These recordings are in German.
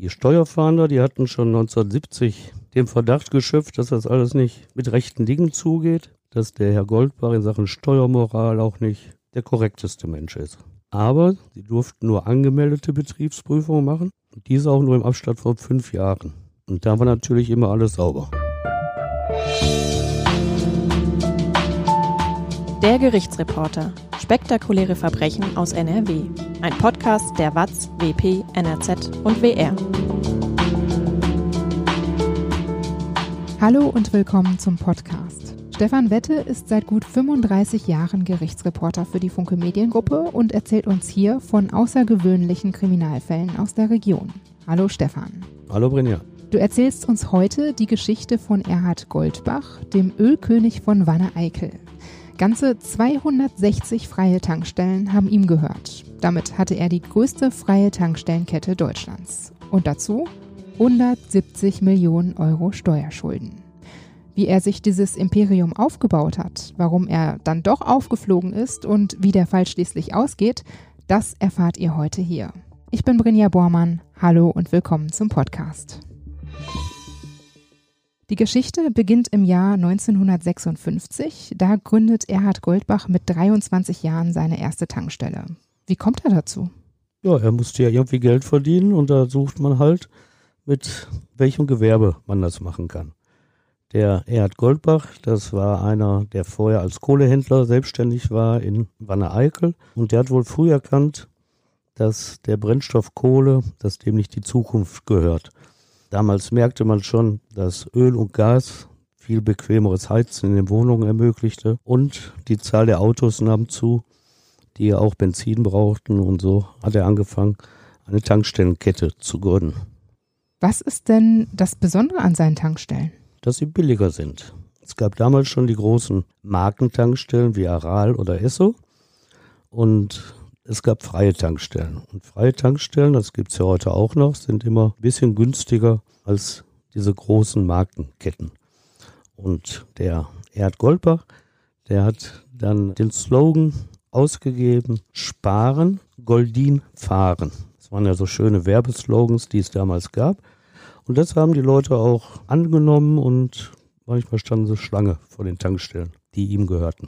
Die Steuerfahnder, die hatten schon 1970 den Verdacht geschöpft, dass das alles nicht mit rechten Dingen zugeht, dass der Herr Goldbach in Sachen Steuermoral auch nicht der korrekteste Mensch ist. Aber sie durften nur angemeldete Betriebsprüfungen machen und diese auch nur im Abstand von 5 Jahren. Und da war natürlich immer alles sauber. Der Gerichtsreporter. Spektakuläre Verbrechen aus NRW. Ein Podcast der WAZ, WP, NRZ und WR. Hallo und willkommen zum Podcast. Stefan Wette ist seit gut 35 Jahren Gerichtsreporter für die Funke Mediengruppe und erzählt uns hier von außergewöhnlichen Kriminalfällen aus der Region. Hallo Stefan. Hallo Brinja. Du erzählst uns heute die Geschichte von Erhard Goldbach, dem Ölkönig von Wanne-Eickel. Ganze 260 freie Tankstellen haben ihm gehört. Damit hatte er die größte freie Tankstellenkette Deutschlands. Und dazu 170 Millionen Euro Steuerschulden. Wie er sich dieses Imperium aufgebaut hat, warum er dann doch aufgeflogen ist und wie der Fall schließlich ausgeht, das erfahrt ihr heute hier. Ich bin Brinja Bormann. Hallo und willkommen zum Podcast. Die Geschichte beginnt im Jahr 1956. Da gründet Erhard Goldbach mit 23 Jahren seine erste Tankstelle. Wie kommt er dazu? Ja, er musste ja irgendwie Geld verdienen und da sucht man halt, mit welchem Gewerbe man das machen kann. Der Erhard Goldbach, das war einer, der vorher als Kohlehändler selbstständig war in Wanne-Eickel. Und der hat wohl früh erkannt, dass der Brennstoff Kohle, dass dem nicht die Zukunft gehört. Damals merkte man schon, dass Öl und Gas viel bequemeres Heizen in den Wohnungen ermöglichte. Und die Zahl der Autos nahm zu, die ja auch Benzin brauchten. Und so hat er angefangen, eine Tankstellenkette zu gründen. Was ist denn das Besondere an seinen Tankstellen? Dass sie billiger sind. Es gab damals schon die großen Markentankstellen wie Aral oder Esso und es gab freie Tankstellen. Und freie Tankstellen, das gibt es ja heute auch noch, sind immer ein bisschen günstiger als diese großen Markenketten. Und der Erhard Goldbach, der hat dann den Slogan ausgegeben, sparen, Goldin fahren. Das waren ja so schöne Werbeslogans, die es damals gab. Und das haben die Leute auch angenommen und manchmal standen sie Schlange vor den Tankstellen, die ihm gehörten.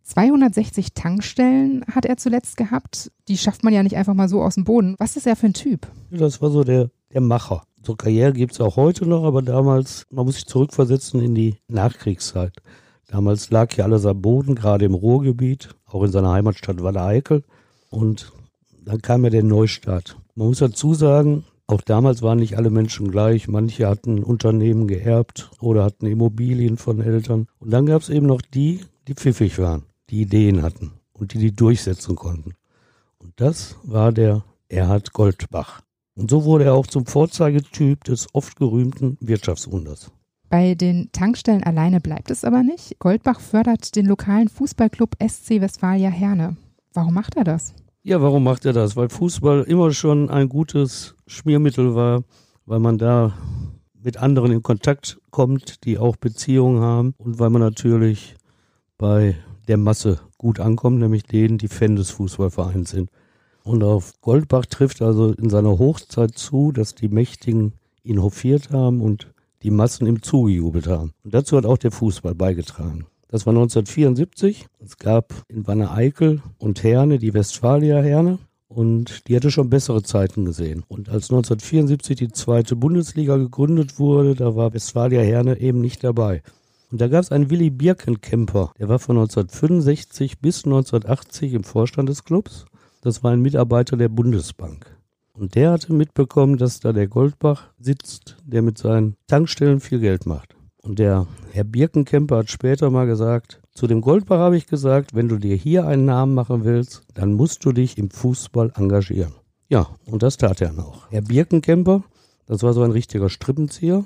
260 Tankstellen hat er zuletzt gehabt. Die schafft man ja nicht einfach mal so aus dem Boden. Was ist er für ein Typ? Das war so der Macher. So Karriere gibt es auch heute noch, aber damals, man muss sich zurückversetzen in die Nachkriegszeit. Damals lag hier alles am Boden, gerade im Ruhrgebiet, auch in seiner Heimatstadt Wanne-Eickel. Und dann kam ja der Neustart. Man muss dazu sagen, auch damals waren nicht alle Menschen gleich. Manche hatten Unternehmen geerbt oder hatten Immobilien von Eltern. Und dann gab es eben noch die pfiffig waren, die Ideen hatten und die durchsetzen konnten. Und das war der Erhard Goldbach. Und so wurde er auch zum Vorzeigetyp des oft gerühmten Wirtschaftswunders. Bei den Tankstellen alleine bleibt es aber nicht. Goldbach fördert den lokalen Fußballclub SC Westfalia Herne. Warum macht er das? Ja, warum macht er das? Weil Fußball immer schon ein gutes Schmiermittel war, weil man da mit anderen in Kontakt kommt, die auch Beziehungen haben und weil man natürlich bei der Masse gut ankommt, nämlich denen, die Fan des Fußballvereins sind. Und auf Goldbach trifft also in seiner Hochzeit zu, dass die Mächtigen ihn hofiert haben und die Massen ihm zugejubelt haben. Und dazu hat auch der Fußball beigetragen. Das war 1974. Es gab in Wanne-Eickel und Herne die Westfalia Herne und die hatte schon bessere Zeiten gesehen. Und als 1974 die zweite Bundesliga gegründet wurde, da war Westfalia Herne eben nicht dabei. Und da gab es einen Willy Birkenkemper, der war von 1965 bis 1980 im Vorstand des Clubs. Das war ein Mitarbeiter der Bundesbank. Und der hatte mitbekommen, dass da der Goldbach sitzt, der mit seinen Tankstellen viel Geld macht. Und der Herr Birkenkemper hat später mal gesagt, zu dem Goldbach habe ich gesagt, wenn du dir hier einen Namen machen willst, dann musst du dich im Fußball engagieren. Ja, und das tat er noch. Herr Birkenkemper, das war so ein richtiger Strippenzieher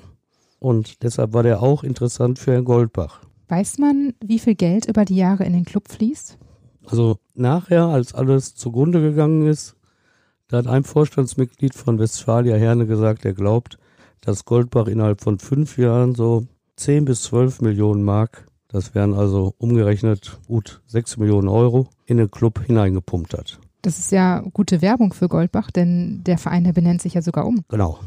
und deshalb war der auch interessant für Herrn Goldbach. Weiß man, wie viel Geld über die Jahre in den Club fließt? Also nachher, als alles zugrunde gegangen ist, da hat ein Vorstandsmitglied von Westfalia Herne gesagt, er glaubt, dass Goldbach innerhalb von 5 Jahren so 10 bis 12 Millionen Mark, das wären also umgerechnet gut 6 Millionen Euro, in den Club hineingepumpt hat. Das ist ja gute Werbung für Goldbach, denn der Verein, der benennt sich ja sogar um. Genau.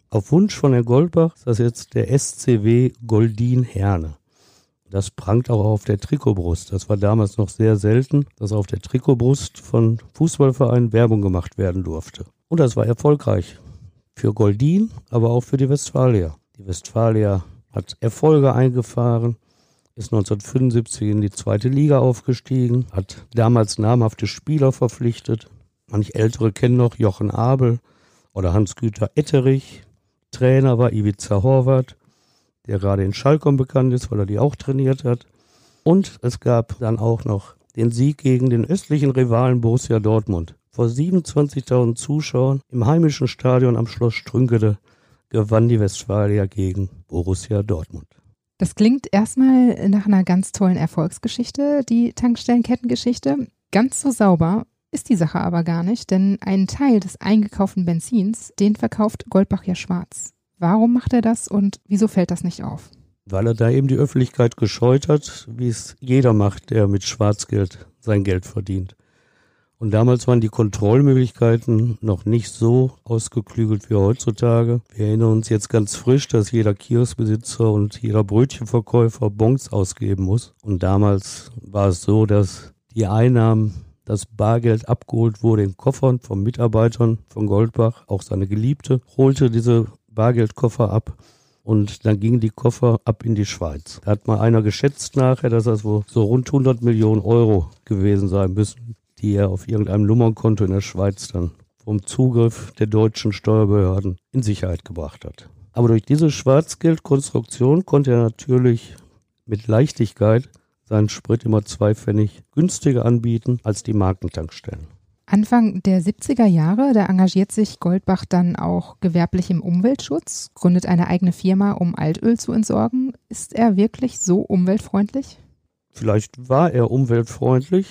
Auf Wunsch von Herrn Goldbach ist das jetzt der SCW Goldin Herne. Das prangt auch auf der Trikotbrust. Das war damals noch sehr selten, dass auf der Trikotbrust von Fußballvereinen Werbung gemacht werden durfte. Und das war erfolgreich. Für Goldin, aber auch für die Westfalia. Die Westfalia hat Erfolge eingefahren, ist 1975 in die 2. Liga aufgestiegen, hat damals namhafte Spieler verpflichtet. Manch Ältere kennen noch Jochen Abel oder Hans-Güter Etterich. Trainer war Ivica Horvath, der gerade in Schalke bekannt ist, weil er die auch trainiert hat. Und es gab dann auch noch den Sieg gegen den östlichen Rivalen Borussia Dortmund. Vor 27.000 Zuschauern im heimischen Stadion am Schloss Strünkede gewann die Westfalia gegen Borussia Dortmund. Das klingt erstmal nach einer ganz tollen Erfolgsgeschichte, die Tankstellenkettengeschichte. Ganz so sauber ist die Sache aber gar nicht, denn einen Teil des eingekauften Benzins, den verkauft Goldbach ja schwarz. Warum macht er das und wieso fällt das nicht auf? Weil er da eben die Öffentlichkeit gescheut hat, wie es jeder macht, der mit Schwarzgeld sein Geld verdient. Und damals waren die Kontrollmöglichkeiten noch nicht so ausgeklügelt wie heutzutage. Wir erinnern uns jetzt ganz frisch, dass jeder Kioskbesitzer und jeder Brötchenverkäufer Bons ausgeben muss. Und damals war es so, dass die Einnahmen, das Bargeld abgeholt wurde in Koffern von Mitarbeitern von Goldbach. Auch seine Geliebte holte diese Bargeldkoffer ab. Und dann gingen die Koffer ab in die Schweiz. Da hat mal einer geschätzt nachher, dass das wohl so rund 100 Millionen Euro gewesen sein müssen, die er auf irgendeinem Nummernkonto in der Schweiz dann vom Zugriff der deutschen Steuerbehörden in Sicherheit gebracht hat. Aber durch diese Schwarzgeldkonstruktion konnte er natürlich mit Leichtigkeit seinen Sprit immer 2 Pfennig günstiger anbieten als die Markentankstellen. Anfang der 70er Jahre, da engagiert sich Goldbach dann auch gewerblich im Umweltschutz, gründet eine eigene Firma, um Altöl zu entsorgen. Ist er wirklich so umweltfreundlich? Vielleicht war er umweltfreundlich,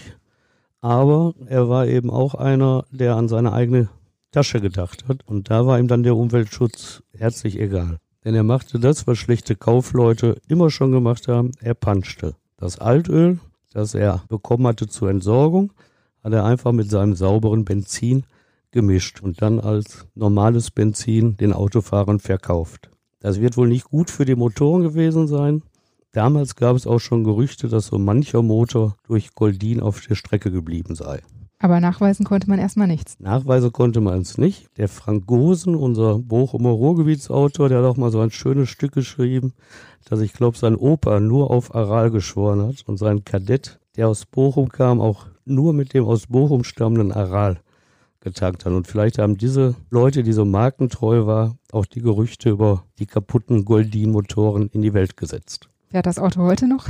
aber er war eben auch einer, der an seine eigene Tasche gedacht hat. Und da war ihm dann der Umweltschutz herzlich egal. Denn er machte das, was schlechte Kaufleute immer schon gemacht haben, er panschte. Das Altöl, das er bekommen hatte zur Entsorgung, hat er einfach mit seinem sauberen Benzin gemischt und dann als normales Benzin den Autofahrern verkauft. Das wird wohl nicht gut für die Motoren gewesen sein. Damals gab es auch schon Gerüchte, dass so mancher Motor durch Goldin auf der Strecke geblieben sei. Aber nachweisen konnte man erstmal nichts. Nachweisen konnte man es nicht. Der Frank Gosen, unser Bochumer Ruhrgebietsautor, der hat auch mal so ein schönes Stück geschrieben, dass ich glaube, sein Opa nur auf Aral geschworen hat und sein Kadett, der aus Bochum kam, auch nur mit dem aus Bochum stammenden Aral getankt hat. Und vielleicht haben diese Leute, die so markentreu waren, auch die Gerüchte über die kaputten Goldin-Motoren in die Welt gesetzt. Fährt das Auto heute noch?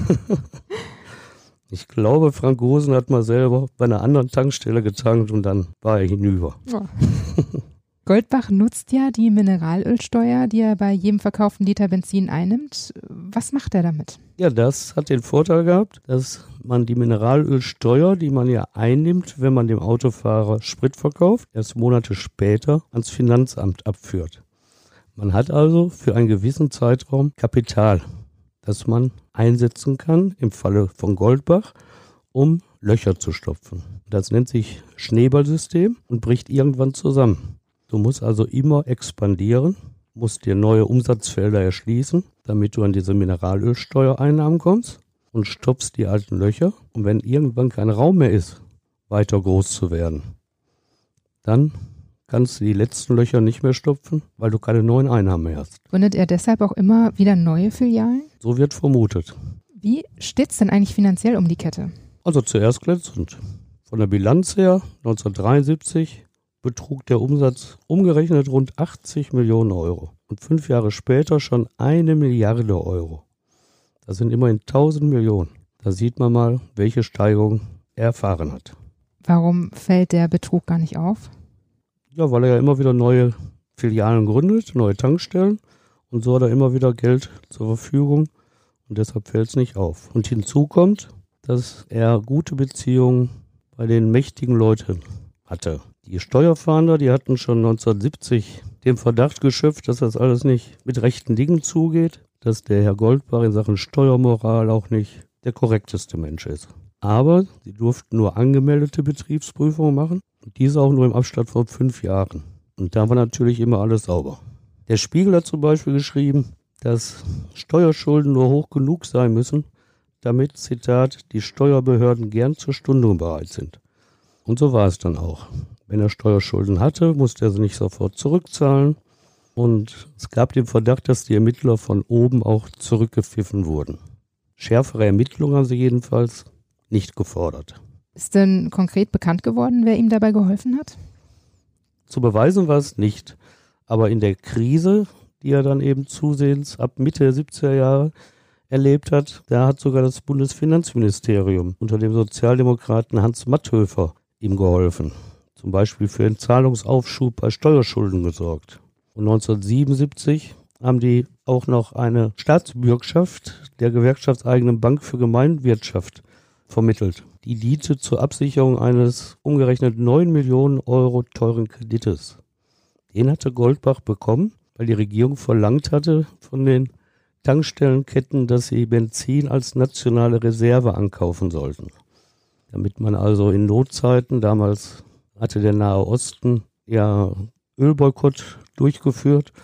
Ich glaube, Frank Gosen hat mal selber bei einer anderen Tankstelle getankt und dann war er hinüber. Oh. Goldbach nutzt ja die Mineralölsteuer, die er bei jedem verkauften Liter Benzin einnimmt. Was macht er damit? Ja, das hat den Vorteil gehabt, dass man die Mineralölsteuer, die man ja einnimmt, wenn man dem Autofahrer Sprit verkauft, erst Monate später ans Finanzamt abführt. Man hat also für einen gewissen Zeitraum Kapital, das man einsetzen kann, im Falle von Goldbach, um Löcher zu stopfen. Das nennt sich Schneeballsystem und bricht irgendwann zusammen. Du musst also immer expandieren, musst dir neue Umsatzfelder erschließen, damit du an diese Mineralölsteuereinnahmen kommst und stopfst die alten Löcher. Und wenn irgendwann kein Raum mehr ist, weiter groß zu werden, dann kannst du die letzten Löcher nicht mehr stopfen, weil du keine neuen Einnahmen mehr hast. Gründet er deshalb auch immer wieder neue Filialen? So wird vermutet. Wie steht's denn eigentlich finanziell um die Kette? Also zuerst glänzend. Von der Bilanz her 1973 betrug der Umsatz umgerechnet rund 80 Millionen Euro. Und 5 Jahre später schon 1 Milliarde Euro. Das sind immerhin 1000 Millionen. Da sieht man mal, welche Steigerung er erfahren hat. Warum fällt der Betrug gar nicht auf? Ja, weil er ja immer wieder neue Filialen gründet, neue Tankstellen. Und so hat er immer wieder Geld zur Verfügung. Und deshalb fällt es nicht auf. Und hinzu kommt, dass er gute Beziehungen bei den mächtigen Leuten hatte. Die Steuerfahnder, die hatten schon 1970 den Verdacht geschöpft, dass das alles nicht mit rechten Dingen zugeht, dass der Herr Goldbach in Sachen Steuermoral auch nicht der korrekteste Mensch ist. Aber sie durften nur angemeldete Betriebsprüfungen machen und diese auch nur im Abstand von 5 Jahren. Und da war natürlich immer alles sauber. Der Spiegel hat zum Beispiel geschrieben, dass Steuerschulden nur hoch genug sein müssen, damit, Zitat, die Steuerbehörden gern zur Stundung bereit sind. Und so war es dann auch. Wenn er Steuerschulden hatte, musste er sie nicht sofort zurückzahlen. Und es gab den Verdacht, dass die Ermittler von oben auch zurückgepfiffen wurden. Schärfere Ermittlungen haben sie jedenfalls nicht gefordert. Ist denn konkret bekannt geworden, wer ihm dabei geholfen hat? Zu beweisen war es nicht. Aber in der Krise, die er dann eben zusehends ab Mitte der 70er Jahre erlebt hat, da hat sogar das Bundesfinanzministerium unter dem Sozialdemokraten Hans Matthöfer ihm geholfen. Zum Beispiel für den Zahlungsaufschub bei Steuerschulden gesorgt. Und 1977 haben die auch noch eine Staatsbürgschaft der gewerkschaftseigenen Bank für Gemeinwirtschaft vermittelt. Die diente zur Absicherung eines umgerechnet 9 Millionen Euro teuren Kredites. Den hatte Goldbach bekommen, weil die Regierung verlangt hatte von den Tankstellenketten, dass sie Benzin als nationale Reserve ankaufen sollten. Damit man also in Notzeiten, damals hatte der Nahe Osten ja Ölboykott durchgeführt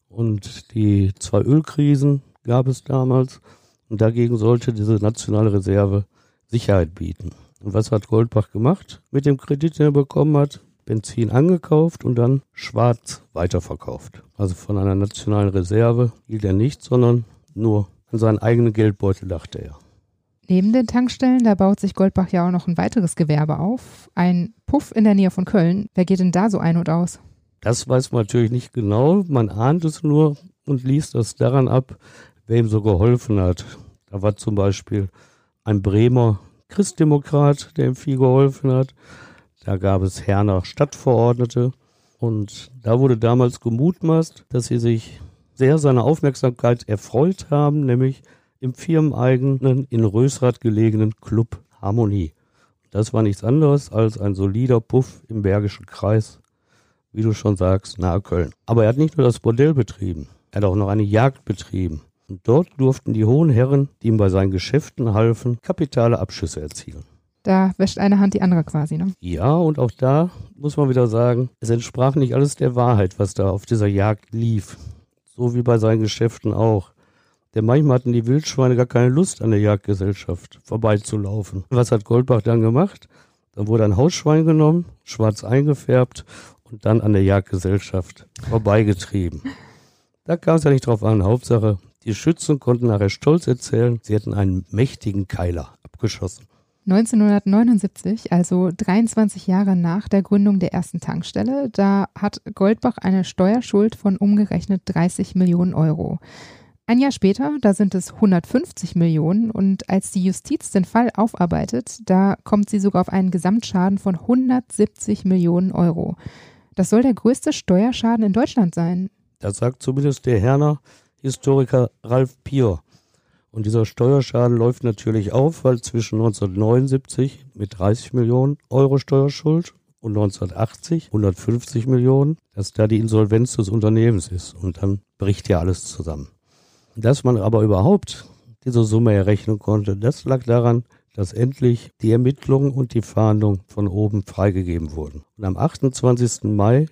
und die 2 Ölkrisen gab es damals und dagegen sollte diese nationale Reserve Sicherheit bieten. Und was hat Goldbach gemacht mit dem Kredit, den er bekommen hat? Benzin angekauft und dann schwarz weiterverkauft. Also von einer nationalen Reserve hielt er nichts, sondern nur an seinen eigenen Geldbeutel dachte er. Neben den Tankstellen, da baut sich Goldbach ja auch noch ein weiteres Gewerbe auf. Ein Puff in der Nähe von Köln. Wer geht denn da so ein und aus? Das weiß man natürlich nicht genau. Man ahnt es nur und liest das daran ab, wer ihm so geholfen hat. Da war zum Beispiel ein Bremer Christdemokrat, der ihm viel geholfen hat. Da gab es Herner Stadtverordnete und da wurde damals gemutmaßt, dass sie sich sehr seiner Aufmerksamkeit erfreut haben, nämlich im firmeneigenen, in Rösrath gelegenen Club Harmonie. Das war nichts anderes als ein solider Puff im Bergischen Kreis, wie du schon sagst, nahe Köln. Aber er hat nicht nur das Bordell betrieben, er hat auch noch eine Jagd betrieben. Und dort durften die hohen Herren, die ihm bei seinen Geschäften halfen, kapitale Abschüsse erzielen. Da wäscht eine Hand die andere quasi, ne? Ja, und auch da muss man wieder sagen, es entsprach nicht alles der Wahrheit, was da auf dieser Jagd lief. So wie bei seinen Geschäften auch. Denn manchmal hatten die Wildschweine gar keine Lust, an der Jagdgesellschaft vorbeizulaufen. Was hat Goldbach dann gemacht? Dann wurde ein Hausschwein genommen, schwarz eingefärbt und dann an der Jagdgesellschaft vorbeigetrieben. Da kam es ja nicht drauf an. Hauptsache, die Schützen konnten nachher stolz erzählen, sie hätten einen mächtigen Keiler abgeschossen. 1979, also 23 Jahre nach der Gründung der ersten Tankstelle, da hat Goldbach eine Steuerschuld von umgerechnet 30 Millionen Euro. Ein Jahr später, da sind es 150 Millionen und als die Justiz den Fall aufarbeitet, da kommt sie sogar auf einen Gesamtschaden von 170 Millionen Euro. Das soll der größte Steuerschaden in Deutschland sein. Das sagt zumindest der Herner Historiker Ralf Pier. Und dieser Steuerschaden läuft natürlich auf, weil zwischen 1979 mit 30 Millionen Euro Steuerschuld und 1980 150 Millionen, dass da die Insolvenz des Unternehmens ist. Und dann bricht ja alles zusammen. Dass man aber überhaupt diese Summe errechnen konnte, das lag daran, dass endlich die Ermittlungen und die Fahndung von oben freigegeben wurden. Und am 28. Mai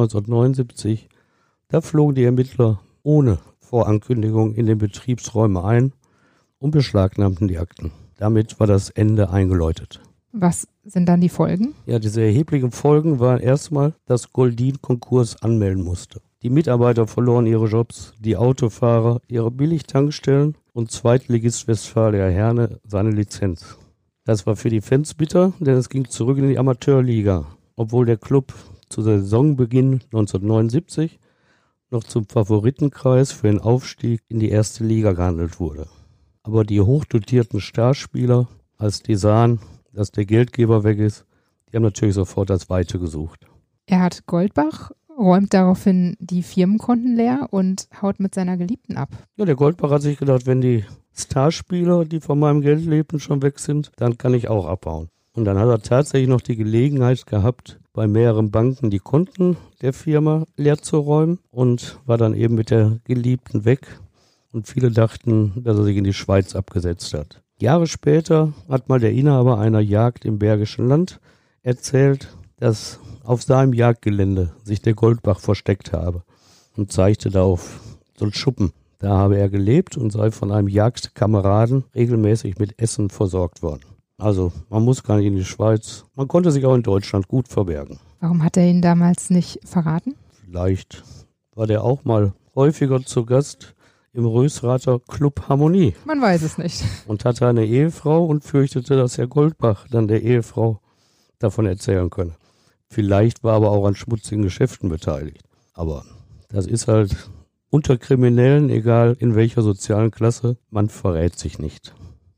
1979, da flogen die Ermittler ohne Vorankündigung in den Betriebsräume ein und beschlagnahmten die Akten. Damit war das Ende eingeläutet. Was sind dann die Folgen? Ja, diese erheblichen Folgen waren erstmal, dass Goldin Konkurs anmelden musste. Die Mitarbeiter verloren ihre Jobs, die Autofahrer ihre Billigtankstellen und Zweitligist Westfalia Herne seine Lizenz. Das war für die Fans bitter, denn es ging zurück in die Amateurliga, obwohl der Club zu Saisonbeginn 1979 noch zum Favoritenkreis für den Aufstieg in die erste Liga gehandelt wurde. Aber die hochdotierten Starspieler, als die sahen, dass der Geldgeber weg ist, die haben natürlich sofort das Weite gesucht. Erhard Goldbach räumt daraufhin die Firmenkonten leer und haut mit seiner Geliebten ab. Ja, der Goldbach hat sich gedacht, wenn die Starspieler, die von meinem Geld lebten, schon weg sind, dann kann ich auch abhauen. Und dann hat er tatsächlich noch die Gelegenheit gehabt, bei mehreren Banken die Konten der Firma leer zu räumen und war dann eben mit der Geliebten weg. Und viele dachten, dass er sich in die Schweiz abgesetzt hat. Jahre später hat mal der Inhaber einer Jagd im Bergischen Land erzählt, dass auf seinem Jagdgelände sich der Goldbach versteckt habe. und zeigte da auf so einen Schuppen. Da habe er gelebt und sei von einem Jagdkameraden regelmäßig mit Essen versorgt worden. Also man muss gar nicht in die Schweiz, man konnte sich auch in Deutschland gut verbergen. Warum hat er ihn damals nicht verraten? Vielleicht war der auch mal häufiger zu Gast im Rösrather Club Harmonie. Man weiß es nicht. Und hatte eine Ehefrau und fürchtete, dass Herr Goldbach dann der Ehefrau davon erzählen könne. Vielleicht war aber auch an schmutzigen Geschäften beteiligt. Aber das ist halt unter Kriminellen, egal in welcher sozialen Klasse, man verrät sich nicht.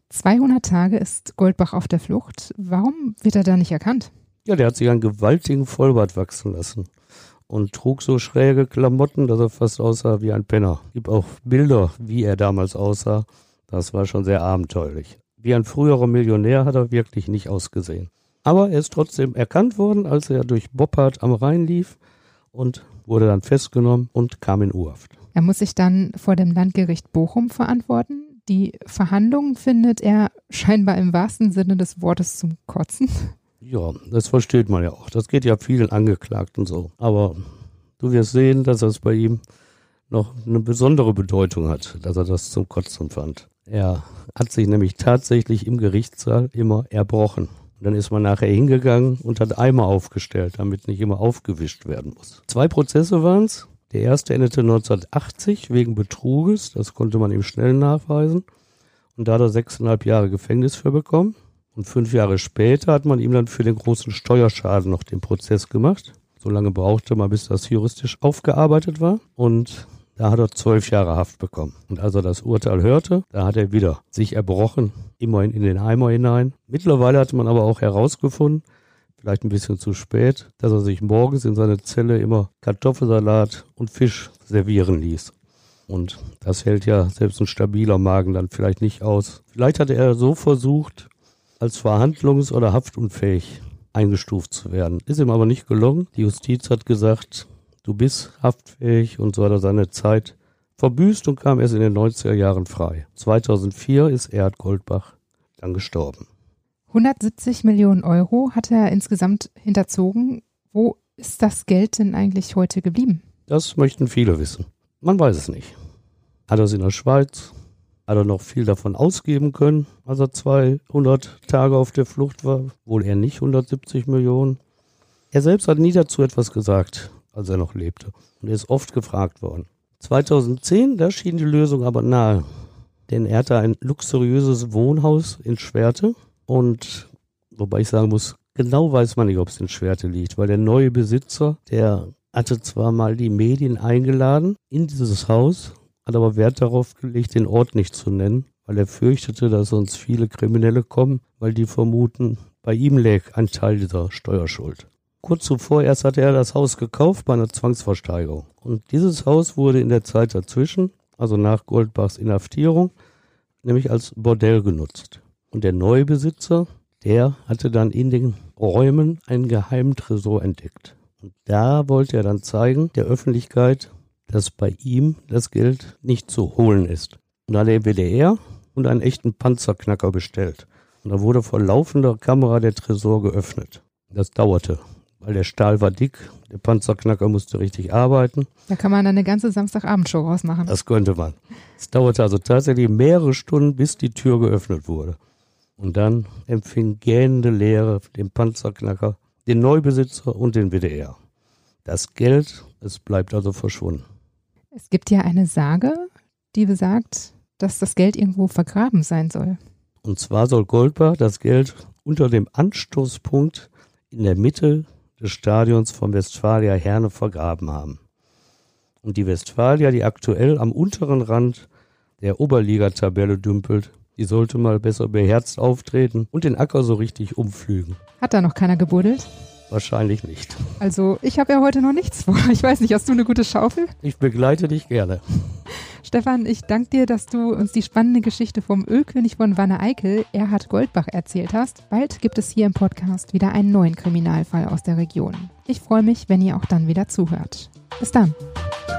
200 Tage ist Goldbach auf der Flucht. Warum wird er da nicht erkannt? Ja, der hat sich einen gewaltigen Vollbart wachsen lassen und trug so schräge Klamotten, dass er fast aussah wie ein Penner. Es gibt auch Bilder, wie er damals aussah. Das war schon sehr abenteuerlich. Wie ein früherer Millionär hat er wirklich nicht ausgesehen. Aber er ist trotzdem erkannt worden, als er durch Boppard am Rhein lief und wurde dann festgenommen und kam in U-Haft. Er muss sich dann vor dem Landgericht Bochum verantworten. Die Verhandlungen findet er scheinbar im wahrsten Sinne des Wortes zum Kotzen. Ja, das versteht man ja auch. Das geht ja vielen Angeklagten so. Aber du wirst sehen, dass das bei ihm noch eine besondere Bedeutung hat, dass er das zum Kotzen fand. Er hat sich nämlich tatsächlich im Gerichtssaal immer erbrochen. Und dann ist man nachher hingegangen und hat Eimer aufgestellt, damit nicht immer aufgewischt werden muss. 2 Prozesse waren es. Der erste endete 1980 wegen Betruges. Das konnte man ihm schnell nachweisen. Und da hat er 6,5 Jahre Gefängnis für bekommen. Und 5 Jahre später hat man ihm dann für den großen Steuerschaden noch den Prozess gemacht. So lange brauchte man, bis das juristisch aufgearbeitet war. Und da hat er 12 Jahre Haft bekommen. Und als er das Urteil hörte, da hat er wieder sich erbrochen, immerhin in den Eimer hinein. Mittlerweile hatte man aber auch herausgefunden, vielleicht ein bisschen zu spät, dass er sich morgens in seine Zelle immer Kartoffelsalat und Fisch servieren ließ. Und das hält ja selbst ein stabiler Magen dann vielleicht nicht aus. Vielleicht hatte er so versucht, als verhandlungs- oder haftunfähig eingestuft zu werden. Ist ihm aber nicht gelungen. Die Justiz hat gesagt, du bist haftfähig, und so hat er seine Zeit verbüßt und kam erst in den 90er Jahren frei. 2004 ist Erhard Goldbach dann gestorben. 170 Millionen Euro hat er insgesamt hinterzogen. Wo ist das Geld denn eigentlich heute geblieben? Das möchten viele wissen. Man weiß es nicht. Hat er es in der Schweiz? Hat er noch viel davon ausgeben können, als er 200 Tage auf der Flucht war? Wohl eher nicht 170 Millionen. Er selbst hat nie dazu etwas gesagt, als er noch lebte. Und er ist oft gefragt worden. 2010, da schien die Lösung aber nahe. Denn er hatte ein luxuriöses Wohnhaus in Schwerte. Und wobei ich sagen muss, genau weiß man nicht, ob es in Schwerte liegt. Weil der neue Besitzer, der hatte zwar mal die Medien eingeladen in dieses Haus, hat aber Wert darauf gelegt, den Ort nicht zu nennen, weil er fürchtete, dass sonst viele Kriminelle kommen, weil die vermuten, bei ihm läge ein Teil dieser Steuerschuld. Kurz zuvor erst hatte er das Haus gekauft bei einer Zwangsversteigerung. Und dieses Haus wurde in der Zeit dazwischen, also nach Goldbachs Inhaftierung, nämlich als Bordell genutzt. Und der neue Besitzer, der hatte dann in den Räumen einen geheimen Tresor entdeckt. Und da wollte er dann zeigen, der Öffentlichkeit, dass bei ihm das Geld nicht zu holen ist. Und da hat der WDR und einen echten Panzerknacker bestellt. Und da wurde vor laufender Kamera der Tresor geöffnet. Das dauerte, weil der Stahl war dick, der Panzerknacker musste richtig arbeiten. Da kann man dann eine ganze Samstagabendshow rausmachen. Das könnte man. Es dauerte also tatsächlich mehrere Stunden, bis die Tür geöffnet wurde. Und dann empfing gähnende Leere den Panzerknacker, den Neubesitzer und den WDR. Das Geld, es bleibt also verschwunden. Es gibt ja eine Sage, die besagt, dass das Geld irgendwo vergraben sein soll. Und zwar soll Goldbach das Geld unter dem Anstoßpunkt in der Mitte des Stadions vom Westfalia Herne vergraben haben. Und die Westfalia, die aktuell am unteren Rand der Oberligatabelle dümpelt, die sollte mal besser beherzt auftreten und den Acker so richtig umpflügen. Hat da noch keiner gebuddelt? Wahrscheinlich nicht. Also ich habe ja heute noch nichts vor. Ich weiß nicht, hast du eine gute Schaufel? Ich begleite dich gerne. Stefan, ich danke dir, dass du uns die spannende Geschichte vom Ölkönig von Wanne-Eickel, Erhard Goldbach, erzählt hast. Bald gibt es hier im Podcast wieder einen neuen Kriminalfall aus der Region. Ich freue mich, wenn ihr auch dann wieder zuhört. Bis dann.